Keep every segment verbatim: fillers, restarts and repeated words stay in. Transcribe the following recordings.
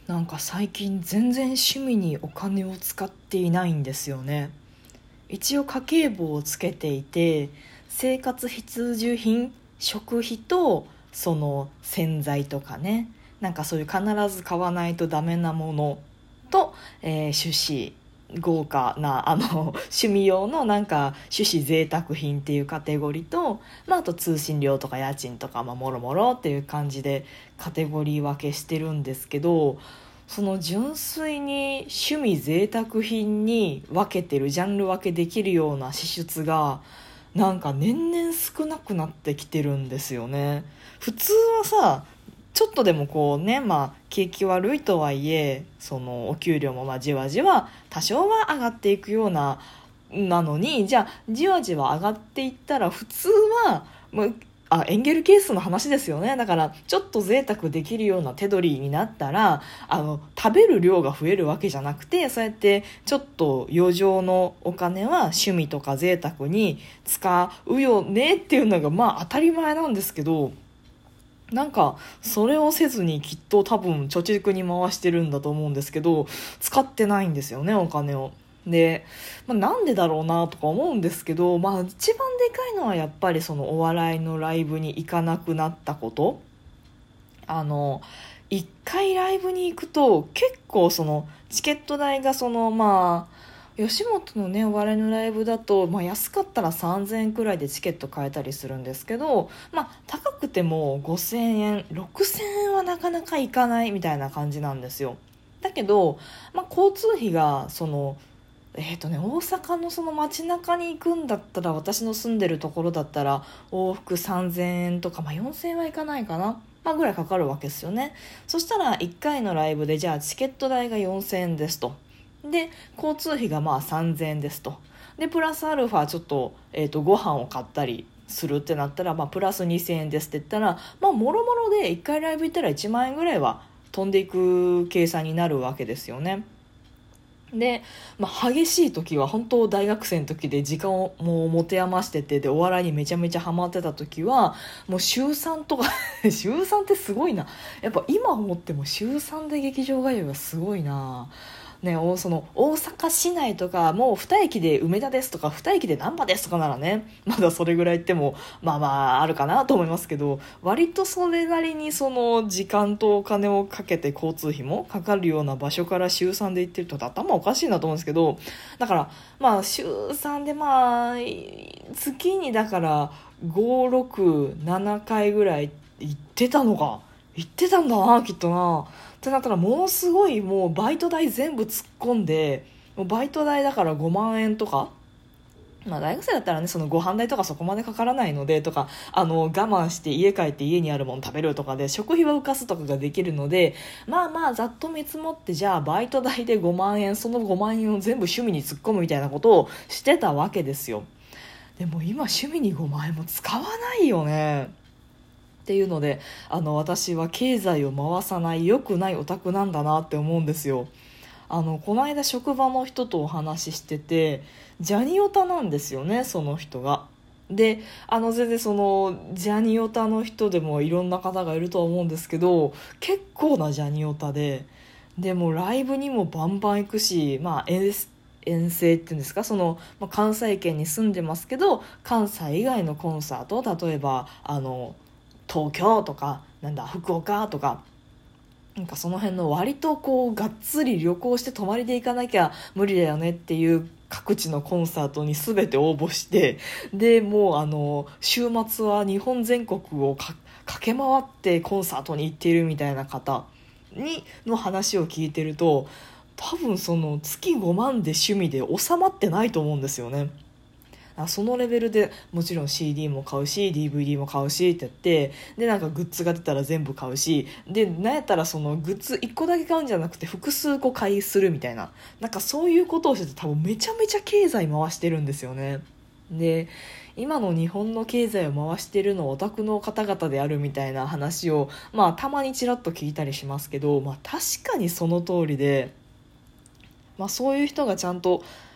なんか最近全然趣味にお金を使っていないんですよね。一応家計簿をつけていて、生活必需品、食費とその洗剤とかね、なんかそういう必ず買わないとダメなものと、えー、種子豪華なあの趣味用のなんか種子贅沢品っていうカテゴリーと、まあ、あと通信料とか家賃とか、まあ、もろもろっていう感じでカテゴリー分けしてるんですけど、その純粋に趣味贅沢品に分けてる、ジャンル分けできるような支出がなんか年々少なくなってきてるんですよね。普通はさ、ちょっとでもこうね、まあ景気悪いとはいえ、そのお給料もまあじわじわ多少は上がっていくようななのに、じゃあじわじわ上がっていったら普通はもう、あ、エンゲル係数の話ですよね。だからちょっと贅沢できるような手取りになったら、あの食べる量が増えるわけじゃなくて、そうやってちょっと余剰のお金は趣味とか贅沢に使うよねっていうのがまあ当たり前なんですけど、なんかそれをせずにきっと多分貯蓄に回してるんだと思うんですけど、使ってないんですよね、お金を。で、まあ、なんでだろうなとか思うんですけど、まあ一番でかいのはやっぱりそのお笑いのライブに行かなくなったこと。あの一回ライブに行くと結構そのチケット代がそのまあ吉本のねお笑いのライブだと、まあ、安かったらさんぜんえんくらいでチケット買えたりするんですけど、まあ、高くてもごせんえんろくせんえんはなかなかいかないみたいな感じなんですよ。だけど、まあ、交通費がそのえーとね、大阪のその街中に行くんだったら、私の住んでるところだったら往復さんぜんえんとか、まあ、よんせんえんはいかないかな、まあ、ぐらいかかるわけですよね。そしたらいっかいのライブでじゃあチケット代がよんせんえんですと、で交通費がまあさんぜんえんですと、でプラスアルファちょっと,、えーとご飯を買ったりするってなったら、まあ、プラスにせんえんですって言ったら、まあ、もろもろでいっかいライブ行ったらいちまん円ぐらいは飛んでいく計算になるわけですよね。で、まあ、激しい時は本当大学生の時で時間をもう持て余してて、でお笑いにめちゃめちゃハマってた時はもう週さんとか週さんってすごいな。やっぱ今思っても週さんで劇場通いはすごいな。ね、おその大阪市内とかもうに駅で梅田ですとかに駅で難波ですとかならね、まだそれぐらい言ってもまあまああるかなと思いますけど、割とそれなりにその時間とお金をかけて交通費もかかるような場所から週さんで行ってると頭おかしいなと思うんですけど、だからまあ週さんでまあ月にだからご、ろく、ななかいぐらい行ってたのか、行ってたんだなきっとなってなったら、ものすごいもうバイト代全部突っ込んで、もうバイト代だからごまん円とか、まあ、大学生だったらねそのご飯代とかそこまでかからないのでとか、あの我慢して家帰って家にあるもの食べるとかで食費は浮かすとかができるので、まあまあざっと見積もって、じゃあバイト代でごまん円、そのごまん円を全部趣味に突っ込むみたいなことをしてたわけですよ。でも今趣味にごまん円も使わないよねっていうので、あの私は経済を回さない良くないオタクなんだなって思うんですよ。あのこの間職場の人とお話ししてて、ジャニオタなんですよね、その人が。で、あの全然そのジャニオタの人でもいろんな方がいるとは思うんですけど、結構なジャニオタで、でもライブにもバンバン行くし、まあ遠遠征っていうんですか、その、まあ、関西圏に住んでますけど関西以外のコンサート、例えばあの東京とかなんだ福岡とか、なんかその辺の割とこうがっつり旅行して泊まりで行かなきゃ無理だよねっていう各地のコンサートに全て応募して、でもうあの週末は日本全国をか駆け回ってコンサートに行っているみたいな方にの話を聞いてると、多分その月ごまんで趣味で収まってないと思うんですよね。あそのレベルでもちろん シーディー も買うし ディーブイディー も買うしってやって、でなんかグッズが出たら全部買うし、でなんやったらそのグッズいっこだけ買うんじゃなくて複数個買いするみたいな、なんかそういうことをしてて多分めちゃめちゃ経済回してるんですよね。で今の日本の経済を回しているのはオタクの方々であるみたいな話を、まあ、たまにちらっと聞いたりしますけど、まあ、確かにその通りで、まあ、そういう人がちゃんと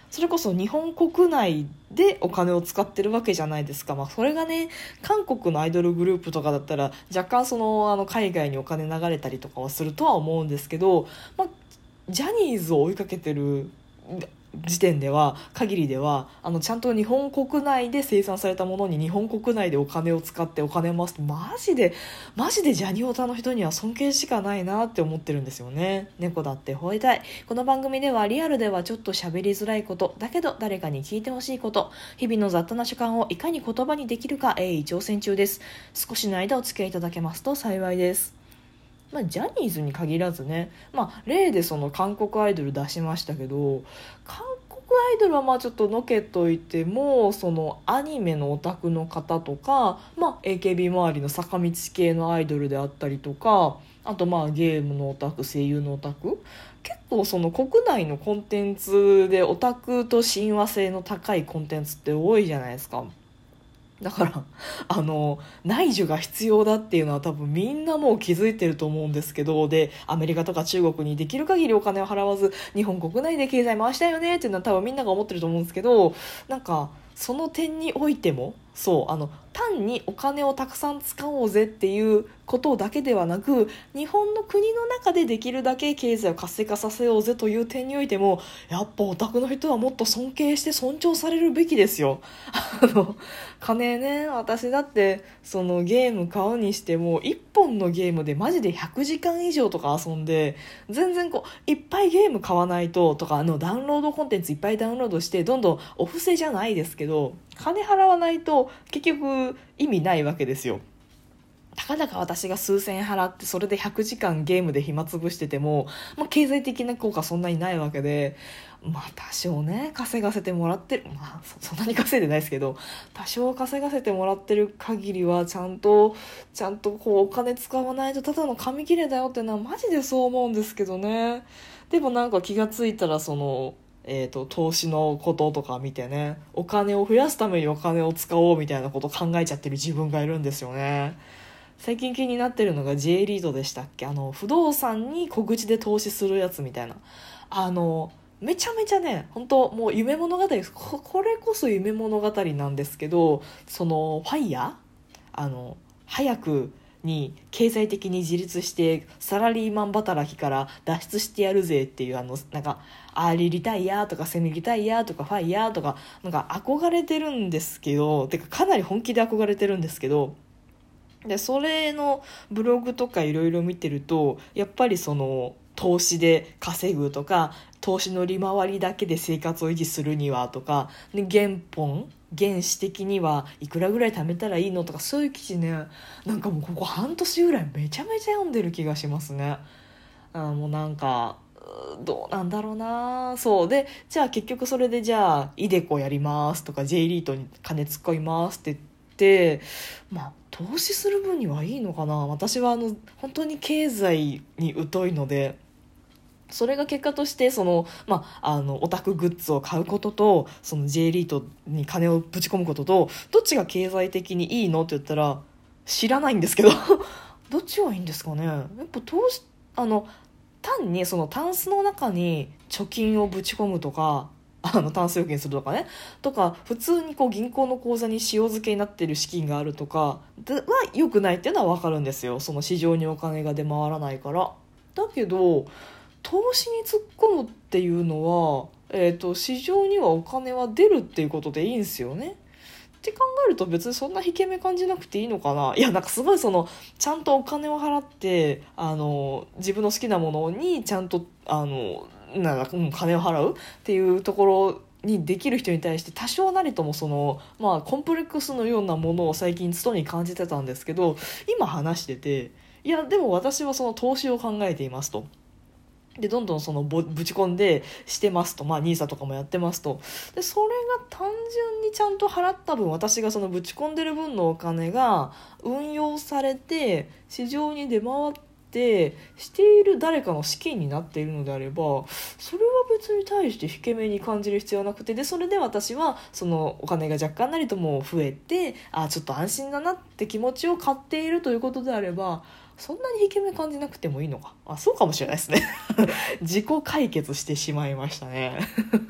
それこそ日本国内でお金を使ってるわけじゃないですか。まあ、それがね、韓国のアイドルグループとかだったら若干そのあの海外にお金流れたりとかはするとは思うんですけど、まあ、ジャニーズを追いかけてる時点では限りではあのちゃんと日本国内で生産されたものに日本国内でお金を使ってお金を回すと、マジでマジでジャニオタの人には尊敬しかないなって思ってるんですよね。猫だって吠えたい。この番組ではリアルではちょっと喋りづらいことだけど誰かに聞いてほしいこと、日々の雑多な主観をいかに言葉にできるか鋭意挑戦中です。少しの間お付き合いいただけますと幸いです。まあ、ジャニーズに限らずね、まあ、例でその韓国アイドル出しましたけど、韓国アイドルはまあちょっとのけといても、そのアニメのオタクの方とか、まあ、エーケービー 周りの坂道系のアイドルであったりとか、あとまあゲームのオタク、声優のオタク、結構その国内のコンテンツでオタクと親和性の高いコンテンツって多いじゃないですか。だからあの内需が必要だっていうのは多分みんなもう気づいてると思うんですけど、でアメリカとか中国にできる限りお金を払わず日本国内で経済回したいよねっていうのは多分みんなが思ってると思うんですけど、なんかその点においてもそう、あの単にお金をたくさん使おうぜっていうことだけではなく、日本の国の中でできるだけ経済を活性化させようぜという点においても、やっぱオタクの人はもっと尊敬して尊重されるべきですよ。あの金ね、私だってそのゲーム買うにしてもいっぽんのゲームでマジでひゃくじかん以上とか遊んで、全然こういっぱいゲーム買わないととか、あのダウンロードコンテンツいっぱいダウンロードしてどんどんお布施じゃないですけど金払わないと結局意味ないわけですよ。たかだか私が数千円払ってそれでひゃくじかんゲームで暇つぶしてても、まあ、経済的な効果そんなにないわけで、まあ多少ね稼がせてもらってる、まあ そ, そんなに稼いでないですけど、多少稼がせてもらってる限りはちゃんとちゃんとこうお金使わないとただの紙切れだよっていうのはマジでそう思うんですけどね。でもなんか気がついたらそのえーと、投資のこととか見てね、お金を増やすためにお金を使おうみたいなことを考えちゃってる自分がいるんですよね。最近気になってるのが J リードでしたっけ、あの不動産に小口で投資するやつみたいな、あのめちゃめちゃね、本当もう夢物語です。 こ, これこそ夢物語なんですけど、そのファイヤー、あの早くに経済的に自立してサラリーマン働きから脱出してやるぜっていう、あのなんかアーリーリタイヤとかセミリタイヤとかファイヤーとかなんか憧れてるんですけど、てかかなり本気で憧れてるんですけど、でそれのブログとかいろいろ見てると、やっぱりその投資で稼ぐとか、投資の利回りだけで生活を維持するにはとか、で原本原資的にはいくらぐらい貯めたらいいのとか、そういう記事ね、なんかもうここ半年ぐらいめちゃめちゃ読んでる気がしますね。あもうなんかどうなんだろうな。そうで、じゃあ結局それでじゃあイデコやりますとか J リートに金突っ込みますって言って、まあ投資する分にはいいのかな。私はあの本当に経済に疎いので、それが結果としてその、まあ、あのオタクグッズを買うこととその J リートに金をぶち込むこととどっちが経済的にいいのって言ったら知らないんですけどどっちがいいんですかね。やっぱ投資、あの単にそのタンスの中に貯金をぶち込むとか、あのタンス預金するとかね、とか普通にこう銀行の口座に塩漬けになってる資金があるとかは良くないっていうのは分かるんですよ。その市場にお金が出回らないから。だけど投資に突っ込むっていうのは、えーと、市場にはお金は出るっていうことでいいんですよね。って考えると別にそんな引け目感じなくていいのかな。いやなんかすごいそのちゃんとお金を払ってあの自分の好きなものにちゃんとあのなんか、うん、金を払うっていうところにできる人に対して多少なりともその、まあ、コンプレックスのようなものを最近つとに感じてたんですけど、今話してて、いやでも私はその投資を考えていますと。でどんどんそのぼぶち込んでしてますと、まあ ニーサ とかもやってますと。でそれが単純にちゃんと払った分、私がそのぶち込んでる分のお金が運用されて市場に出回ってしている誰かの資金になっているのであれば、それは別に対して引け目に感じる必要はなくて、でそれで私はそのお金が若干なりとも増えて、あちょっと安心だなって気持ちを買っているということであれば、そんなに引け目感じなくてもいいのか。あ、そうかもしれないですね自己解決してしまいましたね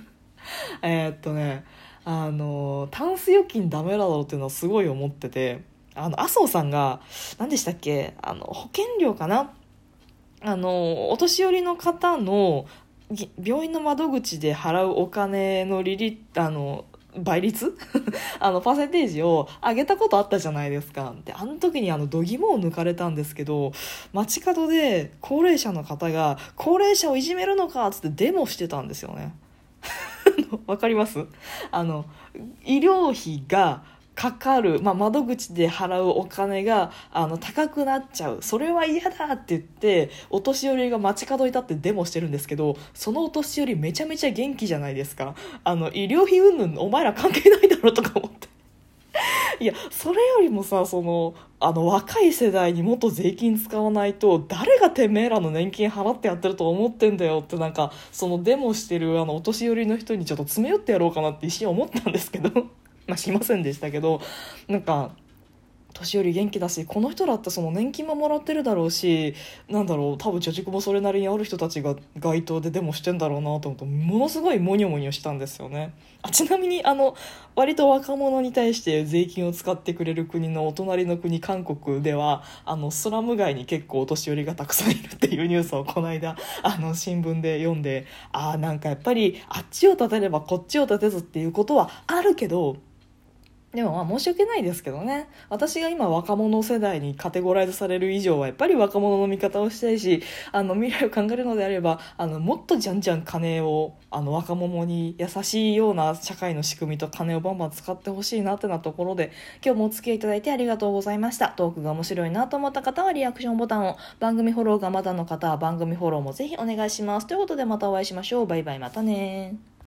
えーっとねあのタンス預金ダメだろうっていうのはすごい思ってて、あの麻生さんが何でしたっけ、あの保険料かな、あのお年寄りの方のぎ病院の窓口で払うお金の利率、あの倍率あのパーセンテージを上げたことあったじゃないですか。であの時にあの度肝を抜かれたんですけど、街角で高齢者の方が高齢者をいじめるのかっつってデモしてたんですよね。わかります？あの医療費がかかる、まあ、窓口で払うお金があの高くなっちゃう、それは嫌だって言ってお年寄りが街角に立ってデモしてるんですけど、そのお年寄りめちゃめちゃ元気じゃないですか。あの医療費云々お前ら関係ないだろとか思って、いやそれよりもさ、そのあの若い世代にもっと税金使わないと誰がてめえらの年金払ってやってると思ってんだよって、なんかそのデモしてるあのお年寄りの人にちょっと詰め寄ってやろうかなって一瞬思ったんですけどまあしませんでしたけど、なんか年寄り元気だし、この人だってその年金ももらってるだろうし、なんだろう、多分貯蓄もそれなりにある人たちが街頭でデモしてんだろうなと思うと、ものすごいモニョモニョしたんですよね。あ、ちなみにあの割と若者に対して税金を使ってくれる国のお隣の国韓国では、あのスラム街に結構お年寄りがたくさんいるっていうニュースをこの間あの新聞で読んで、あーなんかやっぱりあっちを立てればこっちを立てずっていうことはあるけど、でもまあ申し訳ないですけどね、私が今若者世代にカテゴライズされる以上はやっぱり若者の味方をしたいし、あの未来を考えるのであればあのもっとじゃんじゃん金をあの若者に優しいような社会の仕組みと金をバンバン使ってほしいなってなところで、今日もお付き合いいただいてありがとうございました。トークが面白いなと思った方はリアクションボタンを、番組フォローがまだの方は番組フォローもぜひお願いします。ということでまたお会いしましょう。バイバイ、またね。